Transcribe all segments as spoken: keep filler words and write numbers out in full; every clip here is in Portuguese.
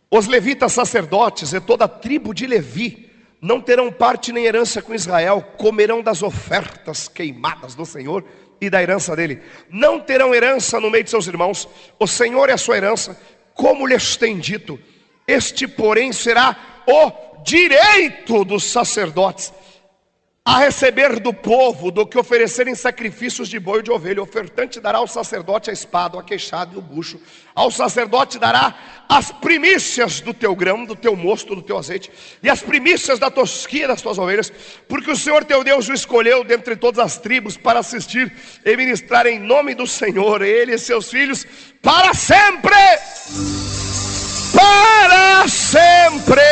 Os levitas sacerdotes e toda a tribo de Levi não terão parte nem herança com Israel, comerão das ofertas queimadas do Senhor e da herança dele. Não terão herança no meio de seus irmãos, o Senhor é a sua herança, como lhes tem dito. Este, porém, será o direito dos sacerdotes, a receber do povo do que oferecerem sacrifícios de boi ou de ovelha. O ofertante dará ao sacerdote a espada, a queixada e o bucho. Ao sacerdote dará as primícias do teu grão, do teu mosto, do teu azeite, e as primícias da tosquia das tuas ovelhas, porque o Senhor teu Deus o escolheu dentre todas as tribos para assistir e ministrar em nome do Senhor, ele e seus filhos, para sempre. Para sempre.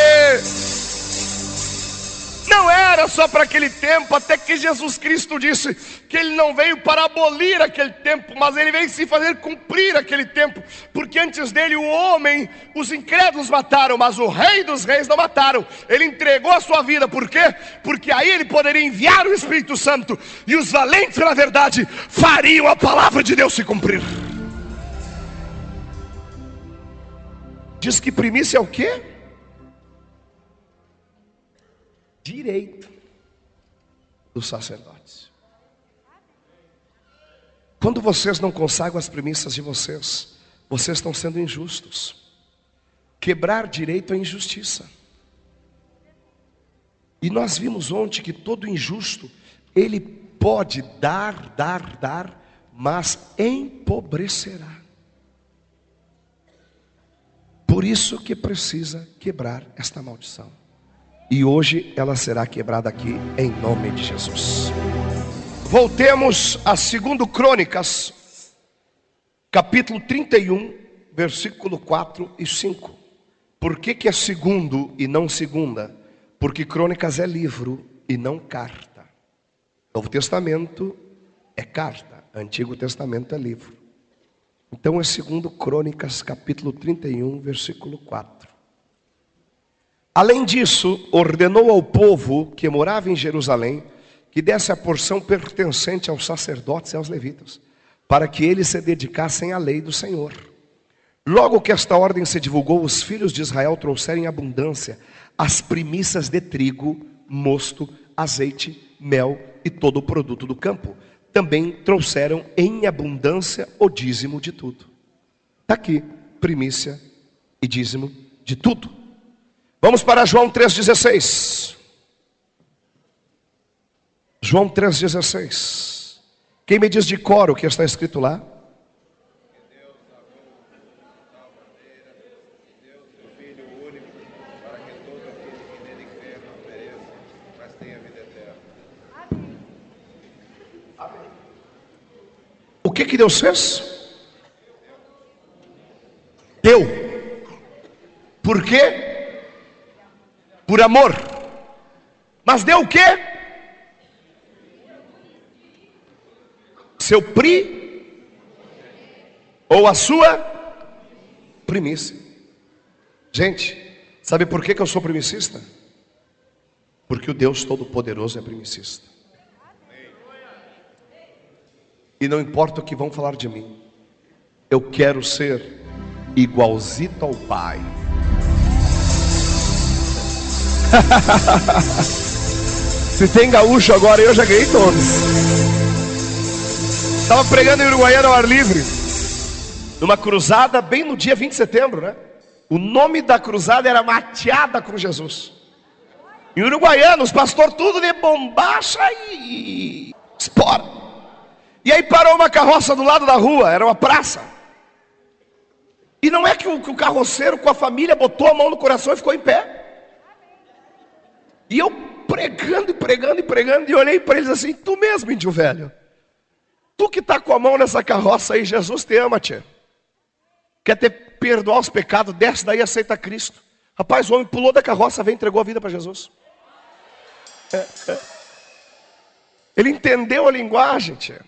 Não era só para aquele tempo, até que Jesus Cristo disse que Ele não veio para abolir aquele tempo, mas Ele veio se fazer cumprir aquele tempo, porque antes dele o homem, os incrédulos mataram, mas o Rei dos Reis não mataram. Ele entregou a sua vida, por quê? Porque aí Ele poderia enviar o Espírito Santo, e os valentes pela verdade fariam a palavra de Deus se cumprir. Diz que primícia é o quê? Direito dos sacerdotes. Quando vocês não consagram as primícias de vocês, vocês estão sendo injustos. Quebrar direito é injustiça. E nós vimos ontem que todo injusto, ele pode dar, dar, dar, mas empobrecerá. Por isso que precisa quebrar esta maldição. E hoje ela será quebrada aqui em nome de Jesus. Voltemos a segundo Crônicas, capítulo trinta e um, versículo quatro e cinco. Por que que é segundo e não segunda? Porque Crônicas é livro e não carta. Novo Testamento é carta, Antigo Testamento é livro. Então é segundo Crônicas, capítulo trinta e um, versículo quatro. Além disso, ordenou ao povo que morava em Jerusalém que desse a porção pertencente aos sacerdotes e aos levitas, para que eles se dedicassem à lei do Senhor. Logo que esta ordem se divulgou, os filhos de Israel trouxeram em abundância as primícias de trigo, mosto, azeite, mel e todo o produto do campo. Também trouxeram em abundância o dízimo de tudo. Está aqui, primícia e dízimo de tudo. Vamos para João três dezesseis. João três dezesseis. Quem me diz de cor o que está escrito lá? O que que Deus fez? Deu. Por quê? Por amor. Mas deu o quê? Seu pri ou a sua primícia. Gente, sabe por que que eu sou primicista? Porque o Deus Todo-Poderoso é primicista. E não importa o que vão falar de mim, eu quero ser igualzito ao Pai. Se tem gaúcho agora, eu já ganhei todos. Estava pregando em Uruguaiana ao ar livre, numa cruzada bem no dia vinte de setembro, né? O nome da cruzada era Mateada com Jesus. Em Uruguaiana, os pastores tudo de bombacha e espora. E aí parou uma carroça do lado da rua, era uma praça. E não é que o, que o carroceiro com a família botou a mão no coração e ficou em pé. E eu pregando e pregando e pregando, e olhei para eles assim: tu mesmo, índio velho, tu que está com a mão nessa carroça aí, Jesus te ama, tia. Quer te perdoar os pecados, desce daí e aceita Cristo. Rapaz, o homem pulou da carroça, veio e entregou a vida para Jesus. É, é. Ele entendeu a linguagem, tia.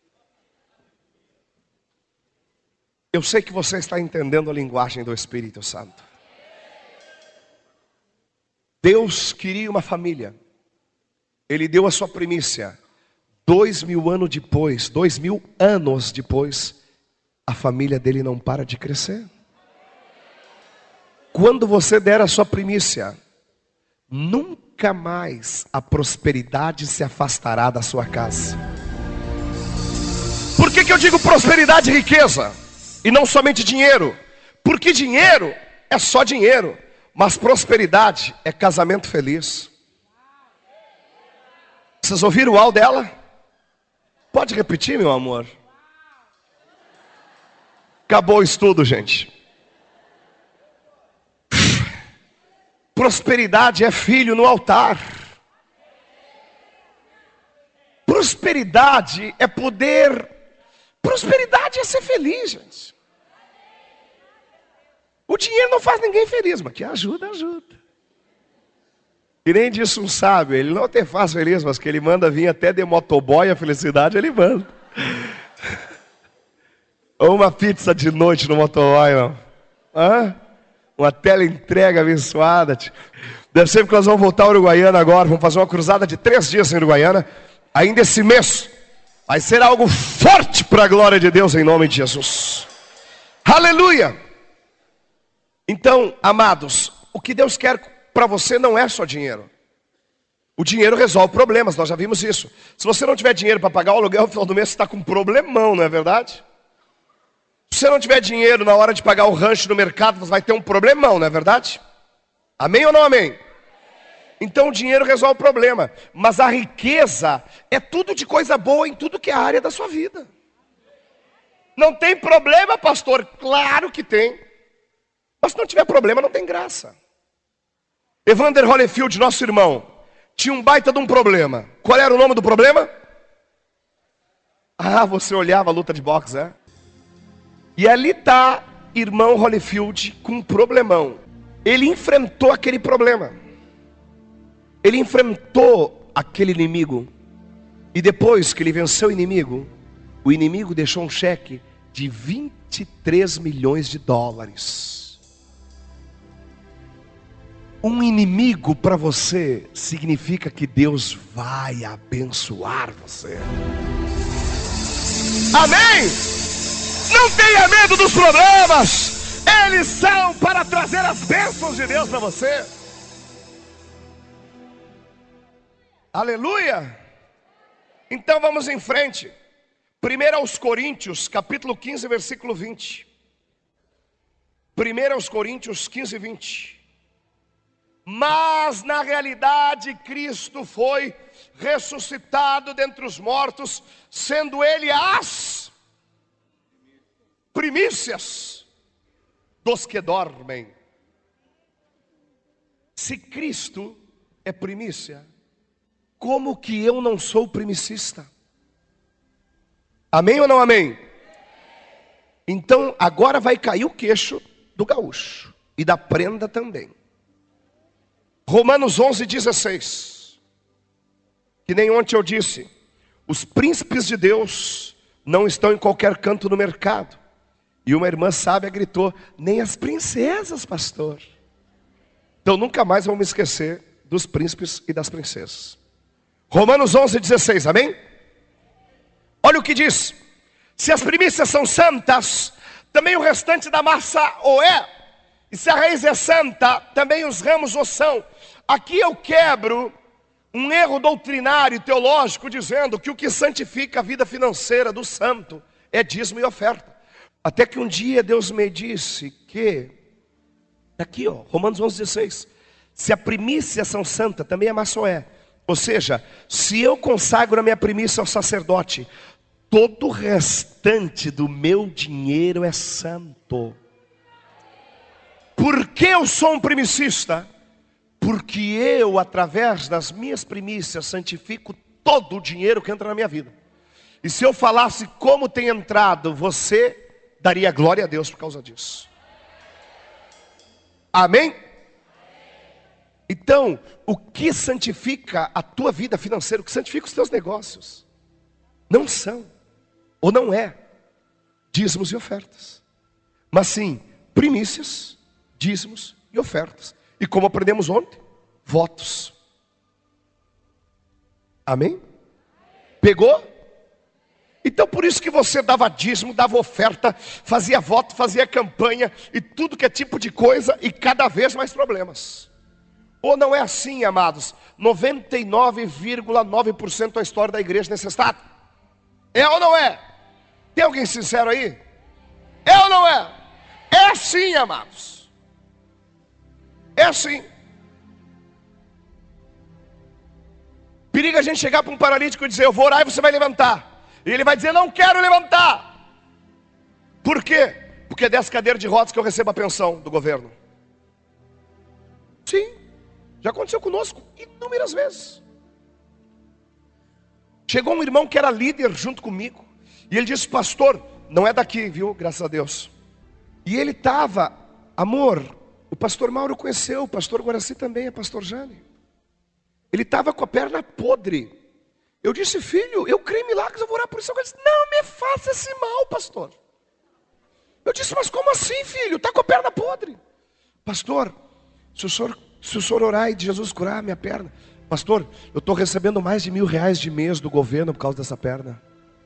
Eu sei que você está entendendo a linguagem do Espírito Santo. Deus queria uma família. Ele deu a sua primícia. Dois mil anos depois, dois mil anos depois, a família dele não para de crescer. Quando você der a sua primícia, nunca mais a prosperidade se afastará da sua casa. Por que que eu digo prosperidade e riqueza? E não somente dinheiro? Porque dinheiro é só dinheiro, mas prosperidade é casamento feliz. Vocês ouviram o uau dela? Pode repetir, meu amor? Acabou o estudo, gente. Prosperidade é filho no altar. Prosperidade é poder. Prosperidade é ser feliz, gente. O dinheiro não faz ninguém feliz, mas que ajuda, ajuda. E nem disse um sábio, ele não te faz feliz, mas que ele manda vir até de motoboy a felicidade, ele manda. Ou uma pizza de noite no motoboy, não. Hã? Uma tela entrega abençoada. Deve ser que nós vamos voltar a Uruguaiana agora, vamos fazer uma cruzada de três dias em Uruguaiana, ainda esse mês. Vai ser algo forte para a glória de Deus, em nome de Jesus. Aleluia! Então, amados, o que Deus quer para você não é só dinheiro. O dinheiro resolve problemas, nós já vimos isso. Se você não tiver dinheiro para pagar o aluguel no final do mês, você está com um problemão, não é verdade? Se você não tiver dinheiro na hora de pagar o rancho no mercado, você vai ter um problemão, não é verdade? Amém ou não amém? Então o dinheiro resolve o problema. Mas a riqueza é tudo de coisa boa em tudo que é a área da sua vida. Não tem problema, pastor? Claro que tem. Mas se não tiver problema, não tem graça. Evander Holyfield, nosso irmão, tinha um baita de um problema. Qual era o nome do problema? Ah, você olhava a luta de boxe, é? E ali está irmão Holyfield com um problemão. Ele enfrentou aquele problema. Ele enfrentou aquele inimigo. E depois que ele venceu o inimigo, o inimigo deixou um cheque de vinte e três milhões de dólares. Um inimigo para você significa que Deus vai abençoar você. Amém? Não tenha medo dos problemas. Eles são para trazer as bênçãos de Deus para você. Aleluia. Então vamos em frente. Primeiro aos Coríntios, capítulo quinze, versículo vinte. Primeiro aos Coríntios quinze, vinte. Mas na realidade Cristo foi ressuscitado dentre os mortos, sendo Ele as primícias dos que dormem. Se Cristo é primícia, como que eu não sou primicista? Amém ou não amém? Então agora vai cair o queixo do gaúcho e da prenda também. Romanos onze, dezesseis. Que nem ontem eu disse, os príncipes de Deus não estão em qualquer canto no mercado. E uma irmã sábia gritou, nem as princesas, pastor. Então nunca mais vamos esquecer dos príncipes e das princesas. Romanos onze, dezesseis, amém? Olha o que diz. Se as primícias são santas, também o restante da massa o é. E se a raiz é santa, também os ramos o são. Aqui eu quebro um erro doutrinário e teológico, dizendo que o que santifica a vida financeira do santo é dízimo e oferta. Até que um dia Deus me disse que, aqui ó, Romanos onze, dezesseis, se a primícia são santa, também a massa é. Ou seja, se eu consagro a minha primícia ao sacerdote, todo o restante do meu dinheiro é santo. Por que eu sou um primicista? Porque eu, através das minhas primícias, santifico todo o dinheiro que entra na minha vida. E se eu falasse como tem entrado, você daria glória a Deus por causa disso. Amém? Então, o que santifica a tua vida financeira, o que santifica os teus negócios, não são, ou não é, dízimos e ofertas, mas sim, primícias, dízimos e ofertas. E como aprendemos ontem, votos. Amém? Pegou? Então por isso que você dava dízimo, dava oferta, fazia voto, fazia campanha e tudo que é tipo de coisa, e cada vez mais problemas. Ou não é assim, amados? noventa e nove vírgula nove por cento da história da igreja nesse estado. É ou não é? Tem alguém sincero aí? É ou não é? É sim, amados. É sim. Periga a gente chegar para um paralítico e dizer: eu vou orar e você vai levantar. E ele vai dizer: não quero levantar. Por quê? Porque é dessa cadeira de rodas que eu recebo a pensão do governo. Sim, já aconteceu conosco inúmeras vezes. Chegou um irmão que era líder junto comigo, e ele disse: pastor, não é daqui, viu, graças a Deus. E ele estava, amor, o pastor Mauro conheceu, o pastor Guaraci também, é pastor Jane. Ele estava com a perna podre. Eu disse: filho, eu creio em milagres, eu vou orar por isso. Ele disse: não me faça esse mal, pastor. Eu disse: mas como assim, filho? Está com a perna podre. Pastor, se o senhor, se o senhor orar e Jesus curar a minha perna. Pastor, eu estou recebendo mais de mil reais de mês do governo por causa dessa perna.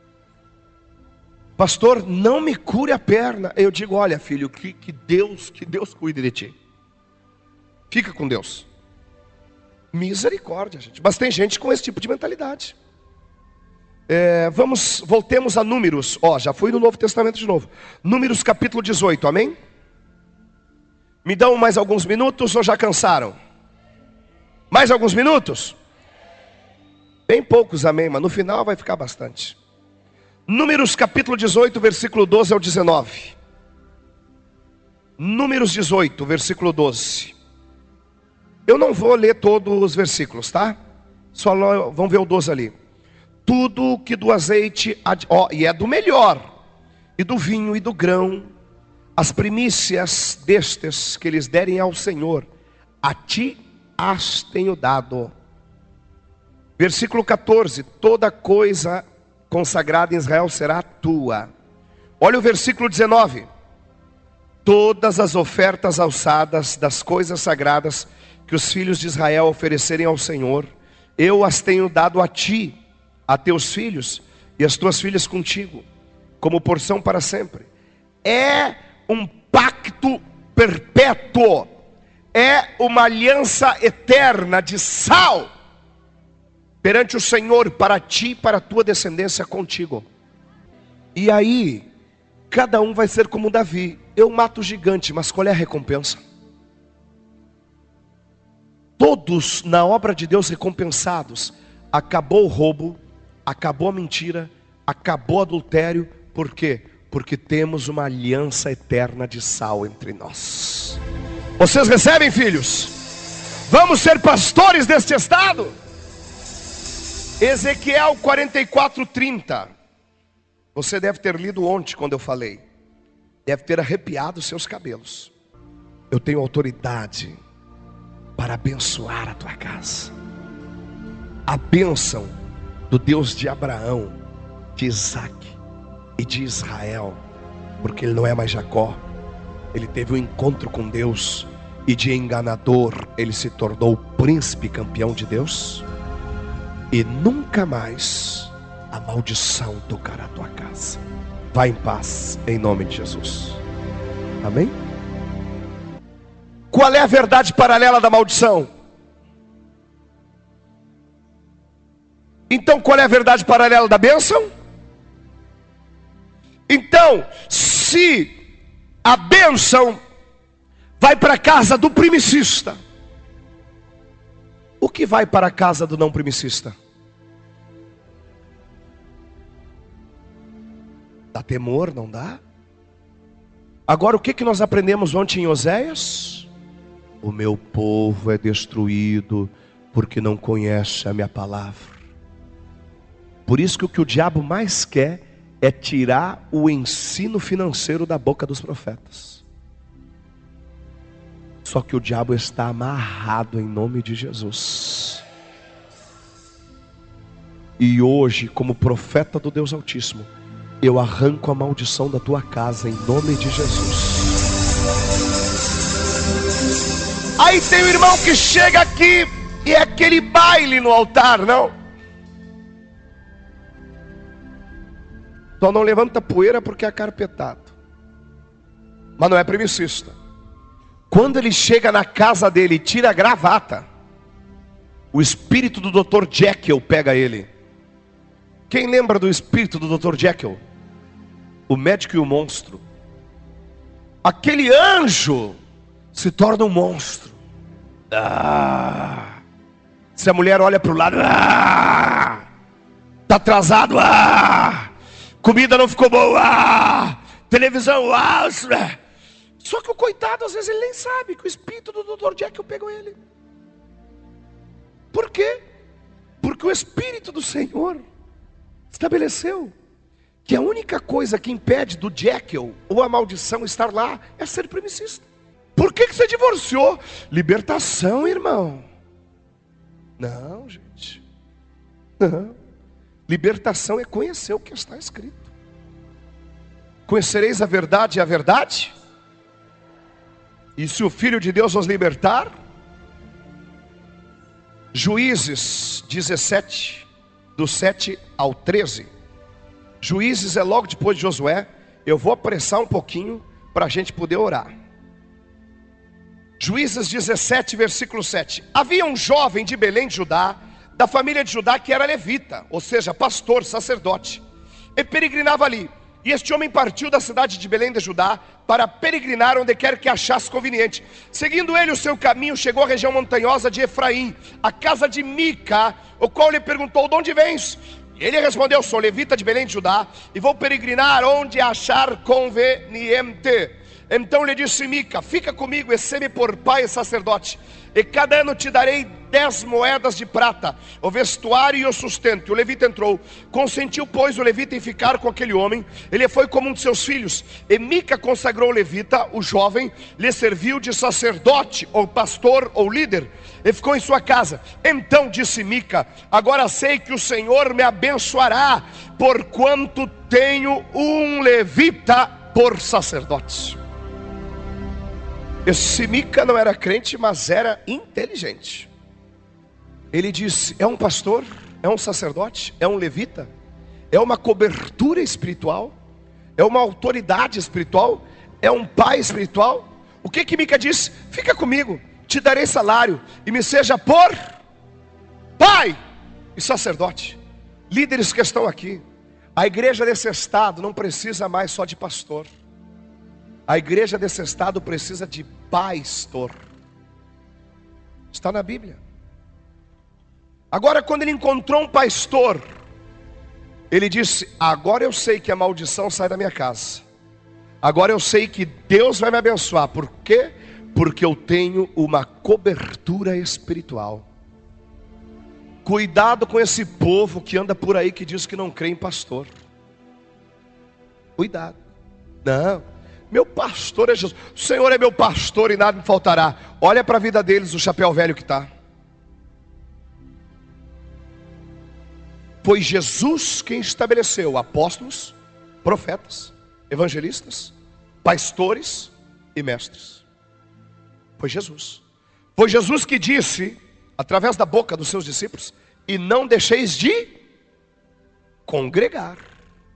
Pastor, não me cure a perna. Eu digo: olha, filho, que, que Deus, que Deus cuide de ti. Fica com Deus. Misericórdia, gente. Mas tem gente com esse tipo de mentalidade. É, vamos, voltemos a Números. Ó, já fui no Novo Testamento de novo. Números capítulo dezoito, amém? Me dão mais alguns minutos ou já cansaram? Mais alguns minutos? Bem poucos, amém, mas no final vai ficar bastante. Números capítulo dezoito, versículo doze ao dezenove. Números dezoito, versículo doze. Eu não vou ler todos os versículos, tá? Só vamos ver o doze ali. Tudo que do azeite, ó, e é do melhor, e do vinho e do grão, as primícias destes que eles derem ao Senhor, a ti as tenho dado. Versículo quatorze. Toda coisa consagrada em Israel será tua. Olha o versículo dezenove. Todas as ofertas alçadas das coisas sagradas que os filhos de Israel oferecerem ao Senhor, eu as tenho dado a ti, a teus filhos e as tuas filhas contigo, como porção para sempre. É um pacto perpétuo, é uma aliança eterna de sal perante o Senhor, para ti e para a tua descendência contigo. E aí, cada um vai ser como Davi: eu mato o gigante, mas qual é a recompensa? Todos na obra de Deus recompensados. Acabou o roubo, acabou a mentira, acabou o adultério. Por quê? Porque temos uma aliança eterna de sal entre nós. Vocês recebem, filhos? Vamos ser pastores deste estado? Ezequiel quarenta e quatro, trinta. Você deve ter lido ontem quando eu falei. Deve ter arrepiado os seus cabelos. Eu tenho autoridade para abençoar a tua casa. A bênção do Deus de Abraão, de Isaac e de Israel. Porque ele não é mais Jacó. Ele teve um encontro com Deus, e de enganador ele se tornou o príncipe campeão de Deus. E nunca mais a maldição tocará a tua casa. Vá em paz, em nome de Jesus. Amém? Qual é a verdade paralela da maldição? Então qual é a verdade paralela da bênção? Então, se a bênção vai para a casa do primicista, o que vai para a casa do não primicista? Dá temor, não dá? Agora o que, que nós aprendemos ontem em Oséias? O meu povo é destruído porque não conhece a minha palavra. Por isso que o que o diabo mais quer é tirar o ensino financeiro da boca dos profetas. Só que o diabo está amarrado em nome de Jesus. E hoje, como profeta do Deus Altíssimo, eu arranco a maldição da tua casa em nome de Jesus. Aí tem um irmão que chega aqui e é aquele baile no altar, não? Só não levanta poeira porque é acarpetado. Mas não é primicista. Quando ele chega na casa dele e tira a gravata, o espírito do doutor Jekyll pega ele. Quem lembra do espírito do doutor Jekyll? O médico e o monstro. Aquele anjo se torna um monstro. Ah, se a mulher olha para o lado, ah, tá atrasado, ah, comida não ficou boa, ah, televisão, ah. Só que o coitado, às vezes ele nem sabe que o espírito do doutor Jekyll pegou ele. Por quê? Porque o espírito do Senhor estabeleceu que a única coisa que impede do Jekyll ou a maldição estar lá é ser primicista. Por que que você divorciou? Libertação, irmão. Não, gente. Não. Libertação é conhecer o que está escrito. Conhecereis a verdade e a verdade? E se o Filho de Deus nos libertar? Juízes dezessete, do sete ao treze. Juízes é logo depois de Josué. Eu vou apressar um pouquinho para a gente poder orar. Juízes dezessete, versículo sete. Havia um jovem de Belém de Judá, da família de Judá, que era levita, ou seja, pastor, sacerdote. Ele peregrinava ali. E este homem partiu da cidade de Belém de Judá para peregrinar onde quer que achasse conveniente. Seguindo ele o seu caminho, chegou à região montanhosa de Efraim, a casa de Mica, o qual lhe perguntou: de onde vens? E ele respondeu: sou levita de Belém de Judá e vou peregrinar onde achar conveniente. Então lhe disse Mica: fica comigo e sê-me por pai e sacerdote, e cada ano te darei dez moedas de prata, o vestuário e o sustento. E o levita entrou. Consentiu, pois, o levita em ficar com aquele homem. Ele foi como um de seus filhos. E Mica consagrou o levita, o jovem, lhe serviu de sacerdote, ou pastor, ou líder, e ficou em sua casa. Então disse Mica: agora sei que o Senhor me abençoará, porquanto tenho um levita por sacerdote. Esse Mica não era crente, mas era inteligente. Ele disse: é um pastor, é um sacerdote, é um levita, é uma cobertura espiritual, é uma autoridade espiritual, é um pai espiritual. O que que Mica disse? Fica comigo, te darei salário e me seja por pai e sacerdote. Líderes que estão aqui, a igreja desse estado não precisa mais só de pastor. A igreja desse estado precisa de pastor. Está na Bíblia. Agora, quando ele encontrou um pastor, ele disse: agora eu sei que a maldição sai da minha casa. Agora eu sei que Deus vai me abençoar. Por quê? Porque eu tenho uma cobertura espiritual. Cuidado com esse povo que anda por aí que diz que não crê em pastor. Cuidado. Não, meu pastor é Jesus. O Senhor é meu pastor e nada me faltará. Olha para a vida deles, o chapéu velho que está. Foi Jesus quem estabeleceu apóstolos, profetas, evangelistas, pastores e mestres. Foi Jesus. Foi Jesus que disse, através da boca dos seus discípulos: e não deixeis de congregar.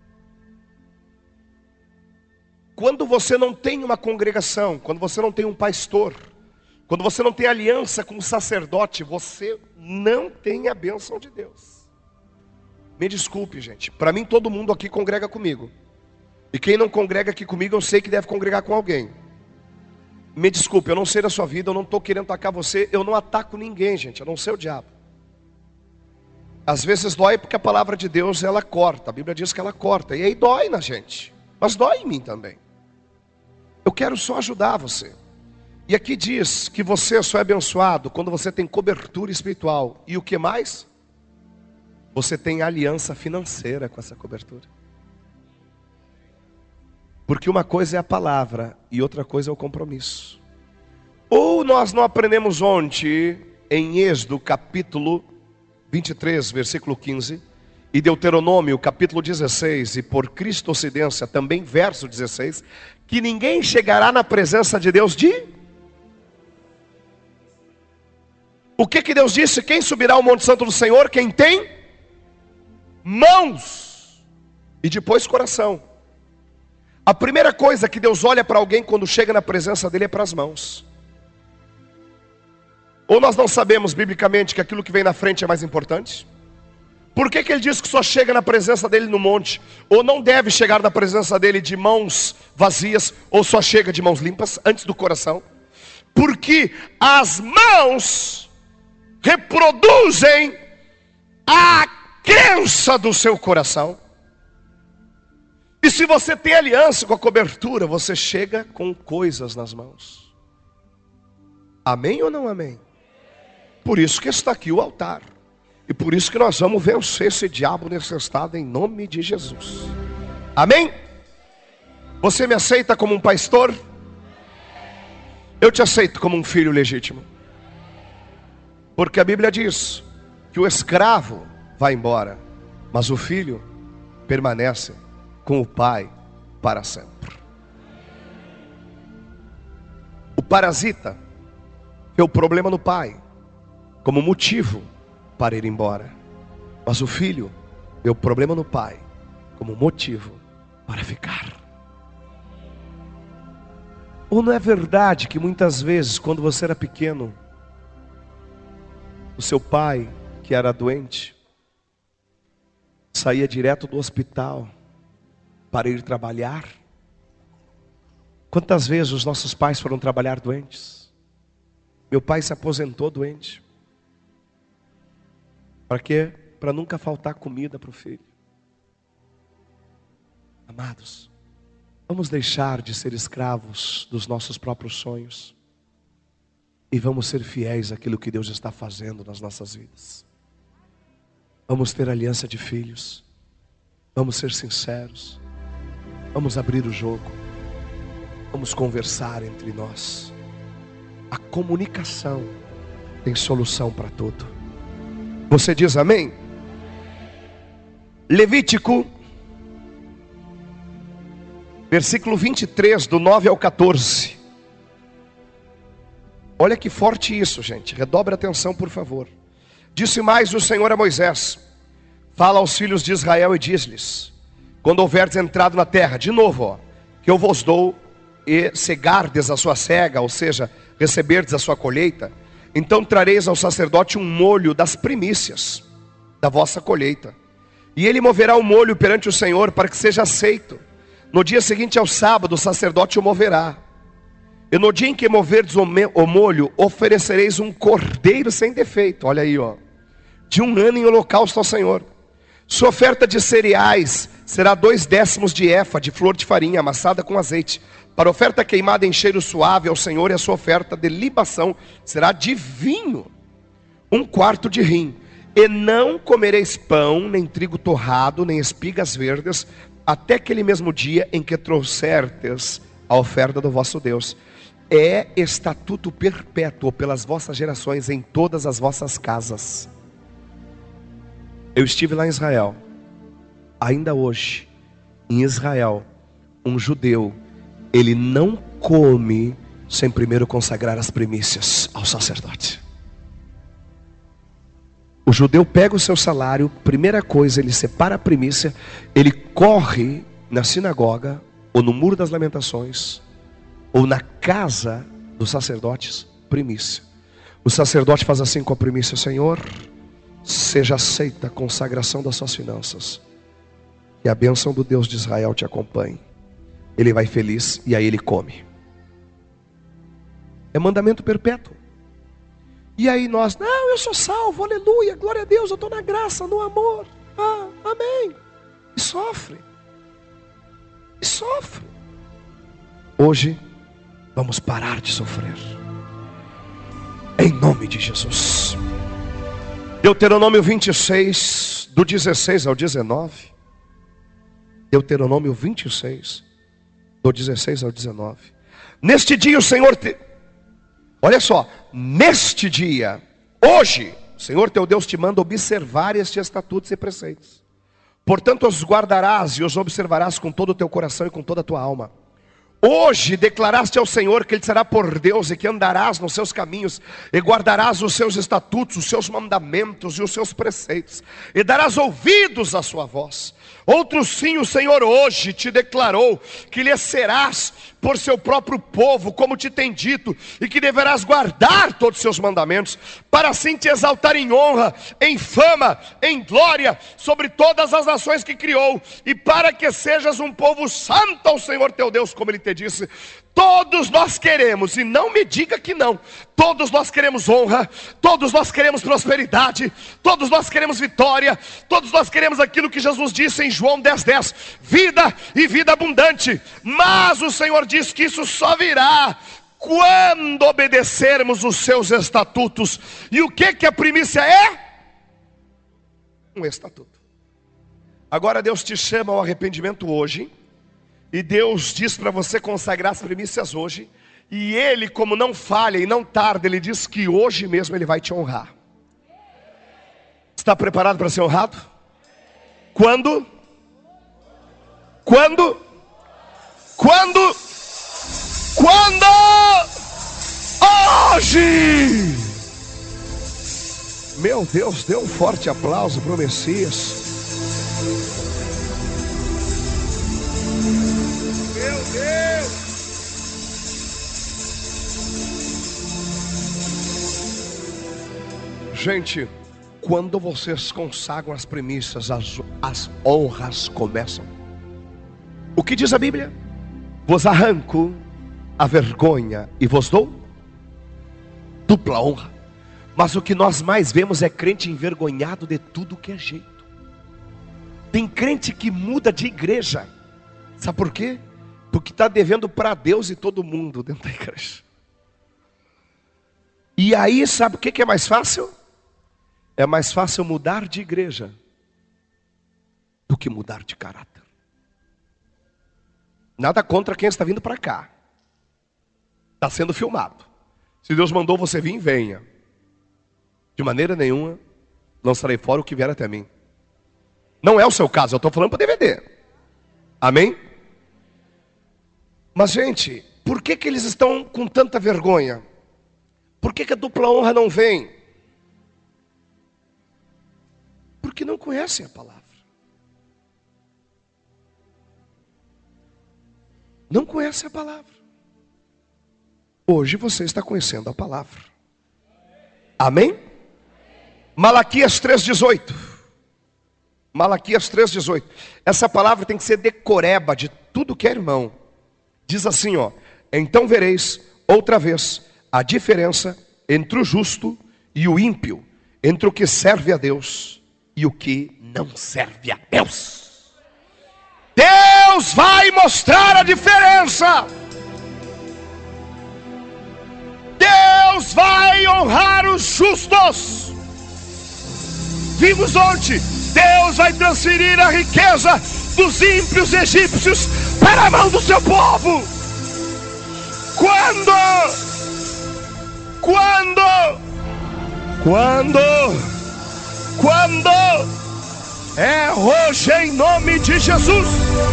Quando você não tem uma congregação, quando você não tem um pastor, quando você não tem aliança com um sacerdote, você não tem a bênção de Deus. Me desculpe, gente, para mim todo mundo aqui congrega comigo. E quem não congrega aqui comigo, eu sei que deve congregar com alguém. Me desculpe, eu não sei da sua vida, eu não estou querendo atacar você. Eu não ataco ninguém, gente, a não ser o diabo. Às vezes dói porque a palavra de Deus, ela corta. A Bíblia diz que ela corta, e aí dói na gente. Mas dói em mim também. Eu quero só ajudar você. E aqui diz que você só é abençoado quando você tem cobertura espiritual. E o que mais? Você tem aliança financeira com essa cobertura. Porque uma coisa é a palavra e outra coisa é o compromisso. Ou nós não aprendemos ontem em Êxodo capítulo vinte e três, versículo quinze, e Deuteronômio capítulo dezesseis, e por cristocência também verso dezesseis, que ninguém chegará na presença de Deus de... O que que Deus disse? Quem subirá ao monte santo do Senhor? Quem tem mãos e depois coração. A primeira coisa que Deus olha para alguém quando chega na presença dele é para as mãos. Ou nós não sabemos biblicamente que aquilo que vem na frente é mais importante? Por que que ele diz que só chega na presença dele no monte? Ou não deve chegar na presença dele de mãos vazias, ou só chega de mãos limpas, antes do coração? Porque as mãos reproduzem a crença do seu coração. E se você tem aliança com a cobertura, você chega com coisas nas mãos. Amém ou não amém? Por isso que está aqui o altar. E por isso que nós vamos vencer esse diabo nesse estado em nome de Jesus. Amém? Você me aceita como um pastor? Eu te aceito como um filho legítimo. Porque a Bíblia diz que o escravo vai embora, mas o filho permanece com o pai para sempre. O parasita vê o problema no pai como motivo para ir embora, mas o filho vê o problema no pai como motivo para ficar. Ou não é verdade que muitas vezes, quando você era pequeno, o seu pai, que era doente, saía direto do hospital para ir trabalhar? Quantas vezes os nossos pais foram trabalhar doentes? Meu pai se aposentou doente. Para quê? Para nunca faltar comida para o filho. Amados, vamos deixar de ser escravos dos nossos próprios sonhos e vamos ser fiéis àquilo que Deus está fazendo nas nossas vidas. Vamos ter aliança de filhos. Vamos ser sinceros. Vamos abrir o jogo. Vamos conversar entre nós. A comunicação tem solução para tudo. Você diz amém? Levítico, versículo vinte e três, do nove ao quatorze. Olha que forte isso, gente. Redobre a atenção, por favor. Disse mais o Senhor a Moisés: fala aos filhos de Israel e diz-lhes: quando houverdes entrado na terra, de novo, ó, que eu vos dou, e cegardes a sua cega, ou seja, receberdes a sua colheita, então trareis ao sacerdote um molho das primícias da vossa colheita, e ele moverá o molho perante o Senhor para que seja aceito. No dia seguinte ao sábado, o sacerdote o moverá. E no dia em que moverdes o molho, oferecereis um cordeiro sem defeito, olha aí, ó, de um ano em holocausto ao Senhor. Sua oferta de cereais será dois décimos de efa de flor de farinha amassada com azeite. Para oferta queimada em cheiro suave ao Senhor, e a sua oferta de libação será de vinho, um quarto de rim. E não comereis pão, nem trigo torrado, nem espigas verdes, até aquele mesmo dia em que trouxerdes a oferta do vosso Deus. É estatuto perpétuo pelas vossas gerações em todas as vossas casas. Eu estive lá em Israel. Ainda hoje, em Israel, um judeu, ele não come sem primeiro consagrar as primícias ao sacerdote. O judeu pega o seu salário, primeira coisa, ele separa a primícia, ele corre na sinagoga, ou no muro das lamentações, ou na casa dos sacerdotes, primícia. O sacerdote faz assim com a primícia: Senhor, seja aceita a consagração das suas finanças, e a bênção do Deus de Israel te acompanhe. Ele vai feliz e aí ele come. É mandamento perpétuo. E aí nós, não, eu sou salvo, aleluia, glória a Deus, eu estou na graça, no amor, ah, amém. E sofre. E sofre. Hoje vamos parar de sofrer, em nome de Jesus. Deuteronômio vinte e seis, do dezesseis ao dezenove. Deuteronômio vinte e seis, do dezesseis ao dezenove. Neste dia o Senhor te... Olha só, neste dia, hoje, o Senhor teu Deus te manda observar estes estatutos e preceitos. Portanto, os guardarás e os observarás com todo o teu coração e com toda a tua alma. Hoje declaraste ao Senhor que Ele será por Deus e que andarás nos seus caminhos e guardarás os seus estatutos, os seus mandamentos e os seus preceitos e darás ouvidos à sua voz. Outro sim, o Senhor hoje te declarou que lhe serás por seu próprio povo, como te tem dito, e que deverás guardar todos os seus mandamentos, para assim te exaltar em honra, em fama, em glória, sobre todas as nações que criou, e para que sejas um povo santo ao Senhor teu Deus, como Ele te disse. Todos nós queremos, e não me diga que não, todos nós queremos honra, todos nós queremos prosperidade, todos nós queremos vitória, todos nós queremos aquilo que Jesus disse em João dez, dez, vida e vida abundante. Mas o Senhor diz que isso só virá quando obedecermos os seus estatutos. E o que que a primícia é? Um estatuto. Agora Deus te chama ao arrependimento hoje, e Deus diz para você consagrar as primícias hoje. E Ele, como não falha e não tarda, Ele diz que hoje mesmo Ele vai te honrar. Está preparado para ser honrado? Quando? Quando? Quando? Quando? Hoje! Meu Deus, dê um forte aplauso para o Messias. Meu Deus! Gente, quando vocês consagram as primícias, as, as honras começam. O que diz a Bíblia? Vos arranco a vergonha e vos dou dupla honra. Mas o que nós mais vemos é crente envergonhado de tudo que é jeito. Tem crente que muda de igreja. Sabe por quê? Porque está devendo para Deus e todo mundo dentro da igreja. E aí, sabe o que é mais fácil? É mais fácil mudar de igreja do que mudar de caráter. Nada contra quem está vindo para cá. Está sendo filmado. Se Deus mandou você vir, venha. De maneira nenhuma lançarei fora o que vier até mim. Não é o seu caso, eu estou falando para o D V D. Amém? Mas gente, por que que eles estão com tanta vergonha? Por que que a dupla honra não vem? Porque não conhecem a palavra. Não conhecem a palavra. Hoje você está conhecendo a palavra. Amém? Malaquias três, dezoito. Malaquias três, dezoito. Essa palavra tem que ser decoreba de tudo que é irmão. Diz assim, ó: então vereis outra vez a diferença entre o justo e o ímpio, entre o que serve a Deus e o que não serve a Deus. Deus vai mostrar a diferença. Deus vai honrar os justos. Vimos ontem, Deus vai transferir a riqueza dos ímpios egípcios para a mão do seu povo. Quando? Quando? Quando? Quando? É hoje, em nome de Jesus.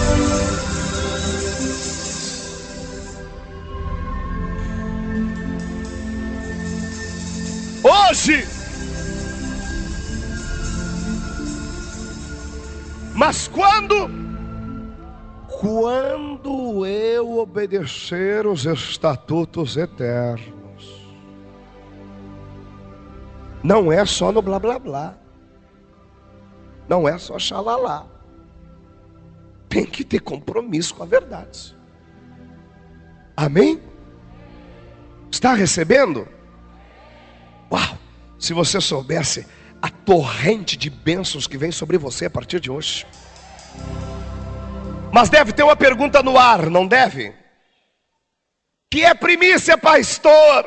Hoje. Mas quando? Quando eu obedecer os estatutos eternos. Não é só no blá blá blá. Não é só xalalá. Tem que ter compromisso com a verdade. Amém? Está recebendo? Uau! Se você soubesse a torrente de bênçãos que vem sobre você a partir de hoje. Mas deve ter uma pergunta no ar, não deve? Que é primícia, pastor?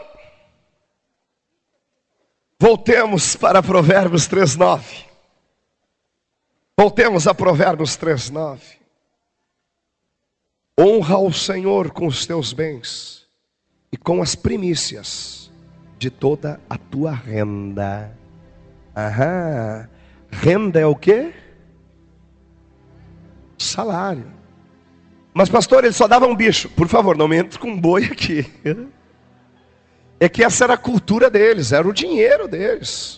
Voltemos para Provérbios três, nove. Voltemos a Provérbios três, nove. Honra ao Senhor com os teus bens e com as primícias de toda a tua renda. Aham. Renda é o quê? Salário. Mas pastor, ele só dava um bicho. Por favor, não me entre com um boi aqui. É que essa era a cultura deles, era o dinheiro deles.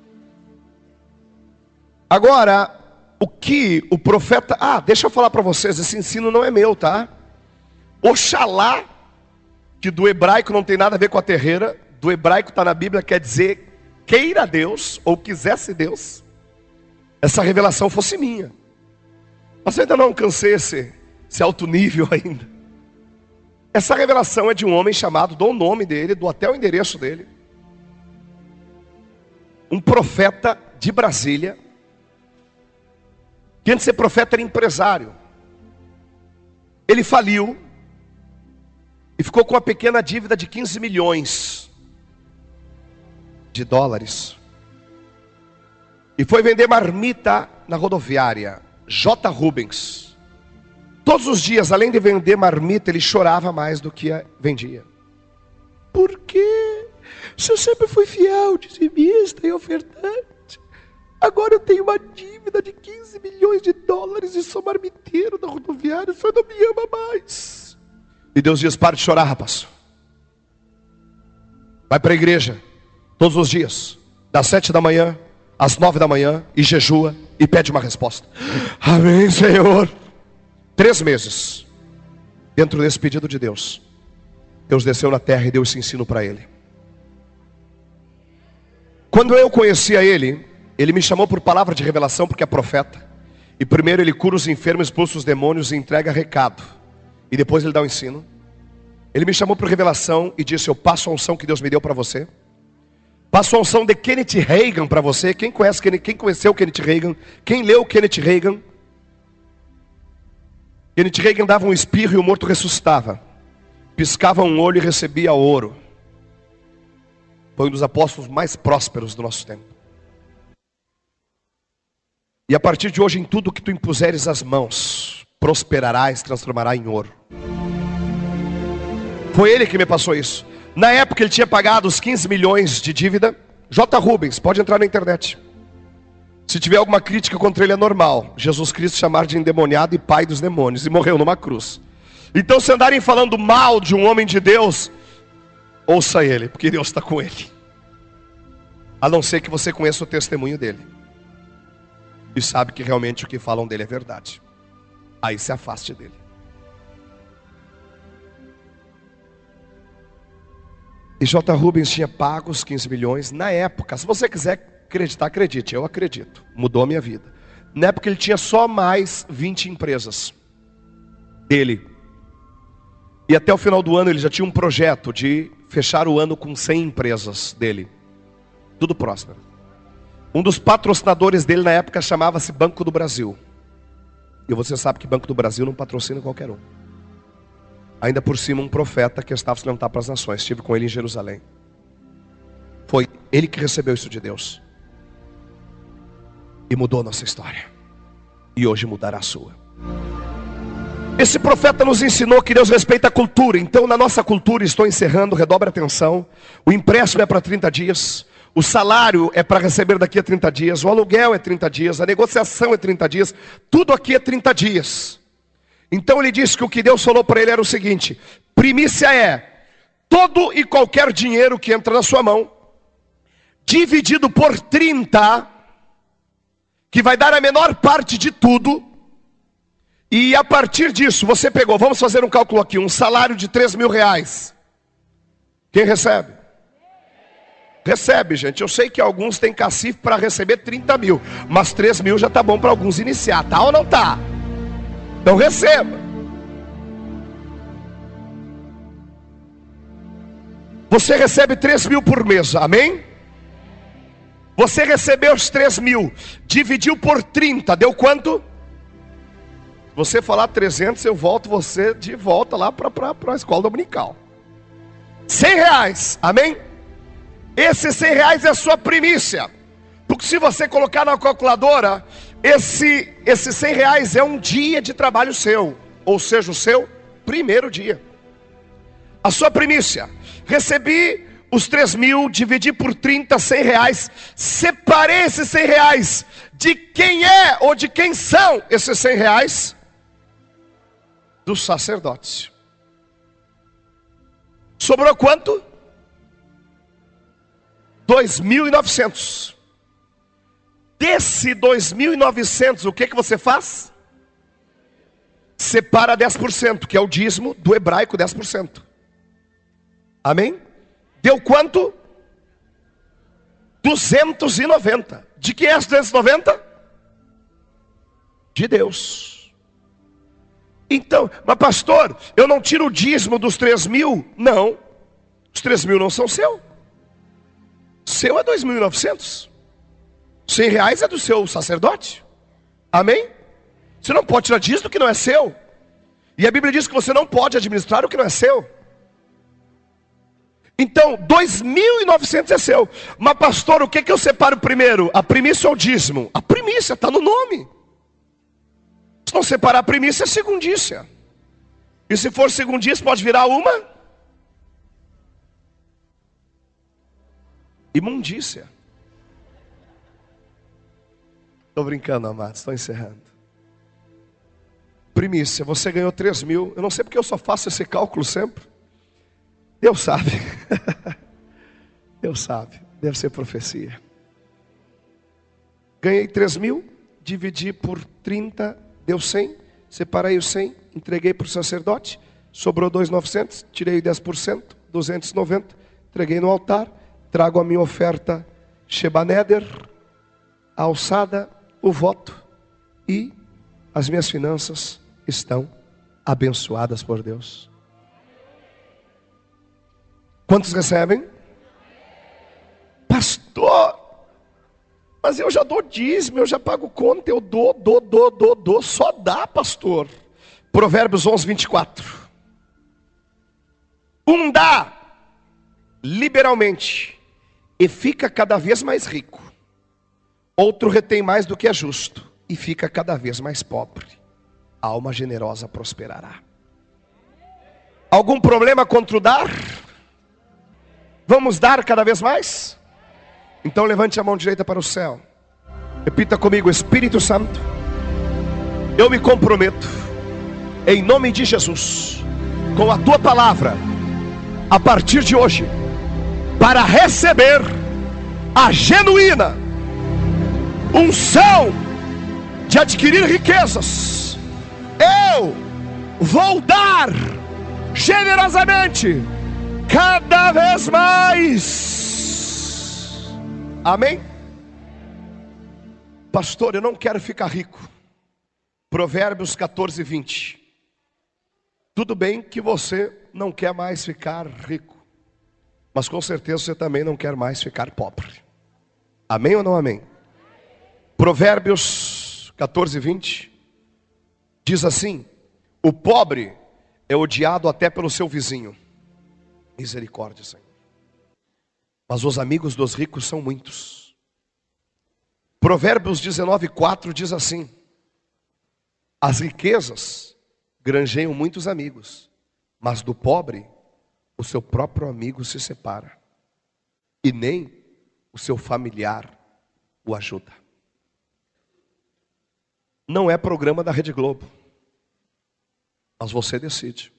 Agora, o que o profeta... Ah, deixa eu falar para vocês, esse ensino não é meu, tá? Oxalá, que do hebraico não tem nada a ver com a terreira, do hebraico está na Bíblia, quer dizer, queira Deus, ou quisesse Deus, essa revelação fosse minha. Mas eu ainda não alcancei esse, esse alto nível ainda. Essa revelação é de um homem chamado, dou o nome dele, dou até o endereço dele. Um profeta de Brasília, que antes de ser profeta era empresário. Ele faliu e ficou com uma pequena dívida de quinze milhões de dólares. E foi vender marmita na rodoviária, J. Rubens. Todos os dias, além de vender marmita, ele chorava mais do que vendia. Por quê? O senhor sempre foi fiel, dizimista e ofertante. Agora eu tenho uma dívida de quinze milhões de dólares e sou marmiteiro da rodoviária. O senhor não me ama mais. E Deus diz, para de chorar, rapaz. Vai para a igreja, todos os dias, das sete da manhã às nove da manhã, e jejua e pede uma resposta. Amém, Senhor. Três meses, dentro desse pedido de Deus, Deus desceu na terra e deu esse ensino para ele. Quando eu conhecia ele, ele me chamou por palavra de revelação, porque é profeta. E primeiro ele cura os enfermos, expulsa os demônios e entrega recado. E depois ele dá o ensino. Ele me chamou por revelação e disse, eu passo a unção que Deus me deu para você. Passo a unção de Kenneth Hagin para você. Quem conhece, quem conheceu Kenneth Hagin? Quem leu Kenneth Hagin? Kenneth Hagin dava um espirro e o morto ressuscitava. Piscava um olho e recebia ouro. Foi um dos apóstolos mais prósperos do nosso tempo. E a partir de hoje, em tudo que tu impuseres as mãos, prosperarás, transformará em ouro. Foi ele que me passou isso. Na época ele tinha pagado os quinze milhões de dívida. J. Rubens, pode entrar na internet. Se tiver alguma crítica contra ele é normal. Jesus Cristo chamar de endemoniado e pai dos demônios. E morreu numa cruz. Então se andarem falando mal de um homem de Deus, ouça ele, porque Deus está com ele. A não ser que você conheça o testemunho dele. E sabe que realmente o que falam dele é verdade. Aí se afaste dele. E J. Rubens tinha pago os quinze milhões na época. Se você quiser acreditar, acredite, eu acredito. Mudou a minha vida. Na época ele tinha só mais vinte empresas dele. E até o final do ano ele já tinha um projeto de fechar o ano com cem empresas dele. Tudo próspero. Um dos patrocinadores dele na época chamava-se Banco do Brasil. E você sabe que Banco do Brasil não patrocina qualquer um. Ainda por cima um profeta que estava se levantar para as nações. Estive com ele em Jerusalém. Foi ele que recebeu isso de Deus. E mudou a nossa história. E hoje mudará a sua. Esse profeta nos ensinou que Deus respeita a cultura. Então na nossa cultura, estou encerrando, redobre a atenção. O empréstimo é para trinta dias. O salário é para receber daqui a trinta dias. O aluguel é trinta dias. A negociação é trinta dias. Tudo aqui é trinta dias. Então ele disse que o que Deus falou para ele era o seguinte: primícia é todo e qualquer dinheiro que entra na sua mão, dividido por trinta, que vai dar a menor parte de tudo. E a partir disso, você pegou, vamos fazer um cálculo aqui, um salário de três mil reais. Quem recebe? Recebe, gente. Eu sei que alguns têm cacife para receber trinta mil, mas três mil já está bom para alguns iniciar, tá ou não tá? Então receba. Você recebe três mil por mês, amém? Você recebeu os três mil, dividiu por trinta, deu quanto? Você falar trezentos, eu volto você de volta lá para a escola dominical. cem reais, amém? Esses cem reais é a sua primícia. Porque se você colocar na calculadora, esse, esses cem reais é um dia de trabalho seu. Ou seja, o seu primeiro dia. A sua primícia. Recebi os três mil, dividi por trinta, cem reais. Separei esses cem reais. De quem é ou de quem são esses cem reais? dos sacerdotes. Sobrou quanto? dois mil e novecentos. Desse dois mil e novecentos, o que que você faz? Separa dez por cento, que é o dízimo do hebraico, dez por cento. Amém? Deu quanto? duzentos e noventa. De que é as duzentos e noventa? De Deus. Então, mas pastor, eu não tiro o dízimo dos três mil? Não, os três mil não são seu. Seu é dois mil e novecentos. cem reais é do seu sacerdote. Amém? Você não pode tirar dízimo do que não é seu. E a Bíblia diz que você não pode administrar o que não é seu. Então, dois mil e novecentos é seu. Mas pastor, o que que eu separo primeiro? A primícia ou o dízimo? A primícia está no nome. Se não separar a primícia, é segundícia. E se for segundícia, pode virar uma imundícia. Estou brincando, amados, estou encerrando. Primícia, você ganhou três mil. Eu não sei porque eu só faço esse cálculo sempre. Deus sabe. Deus sabe, deve ser profecia. Ganhei três mil, dividi por trinta, deu cem. Separei os cem, entreguei para o sacerdote. Sobrou dois mil e novecentos, tirei dez por cento, duzentos e noventa. Entreguei no altar. Trago a minha oferta Shebaneder, a alçada, o voto, e as minhas finanças estão abençoadas por Deus. Quantos recebem? Pastor, mas eu já dou dízimo, eu já pago conta, eu dou, dou, dou, dou, dou, só dá, pastor. Provérbios onze, vinte e quatro. Um dá liberalmente e fica cada vez mais rico. Outro retém mais do que é justo e fica cada vez mais pobre. A alma generosa prosperará. Algum problema contra o dar? Vamos dar cada vez mais? Então levante a mão direita para o céu. Repita comigo: Espírito Santo, eu me comprometo, em nome de Jesus, com a tua palavra, a partir de hoje, para receber a genuína unção de adquirir riquezas. Eu vou dar generosamente, cada vez mais. Amém? Pastor, eu não quero ficar rico. Provérbios catorze, vinte. Tudo bem que você não quer mais ficar rico, mas com certeza você também não quer mais ficar pobre. Amém ou não amém? Provérbios catorze, vinte diz assim: o pobre é odiado até pelo seu vizinho. Misericórdia, Senhor. Mas os amigos dos ricos são muitos. Provérbios dezenove, quatro diz assim: as riquezas granjeiam muitos amigos, mas do pobre o seu próprio amigo se separa, e nem o seu familiar o ajuda. Não é programa da Rede Globo, mas você decide.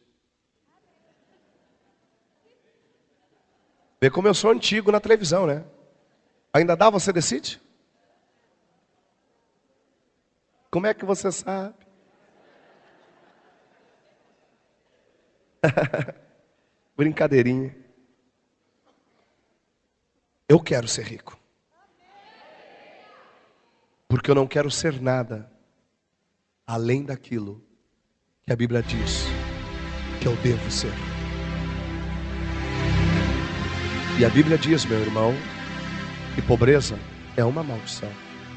Vê como eu sou antigo na televisão, né? Ainda dá, você decide? Como é que você sabe? Brincadeirinha. Eu quero ser rico, porque eu não quero ser nada além daquilo que a Bíblia diz que eu devo ser. E a Bíblia diz, meu irmão, que pobreza é uma maldição.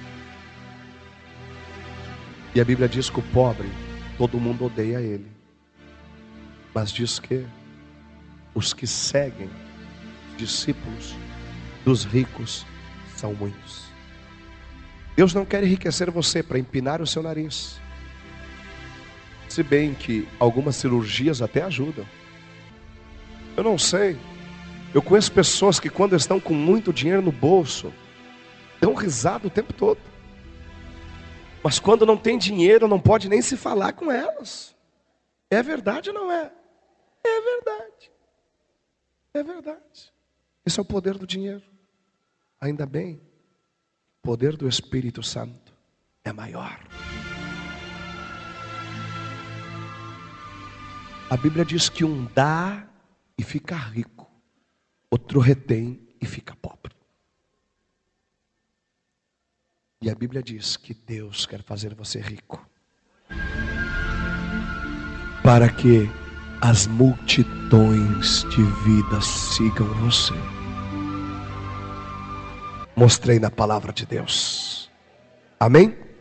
E a Bíblia diz que o pobre, todo mundo odeia ele, mas diz que os que seguem, discípulos dos ricos, são muitos. Deus não quer enriquecer você para empinar o seu nariz, se bem que algumas cirurgias até ajudam. Eu não sei, eu conheço pessoas que quando estão com muito dinheiro no bolso, dão risada o tempo todo, mas quando não tem dinheiro não pode nem se falar com elas. É verdade ou não é? É verdade. É verdade. Esse é o poder do dinheiro. Ainda bem, o poder do Espírito Santo é maior. A Bíblia diz que um dá e fica rico, outro retém e fica pobre. E a Bíblia diz que Deus quer fazer você rico, para que as multidões de vidas sigam você. Mostrei na palavra de Deus. Amém?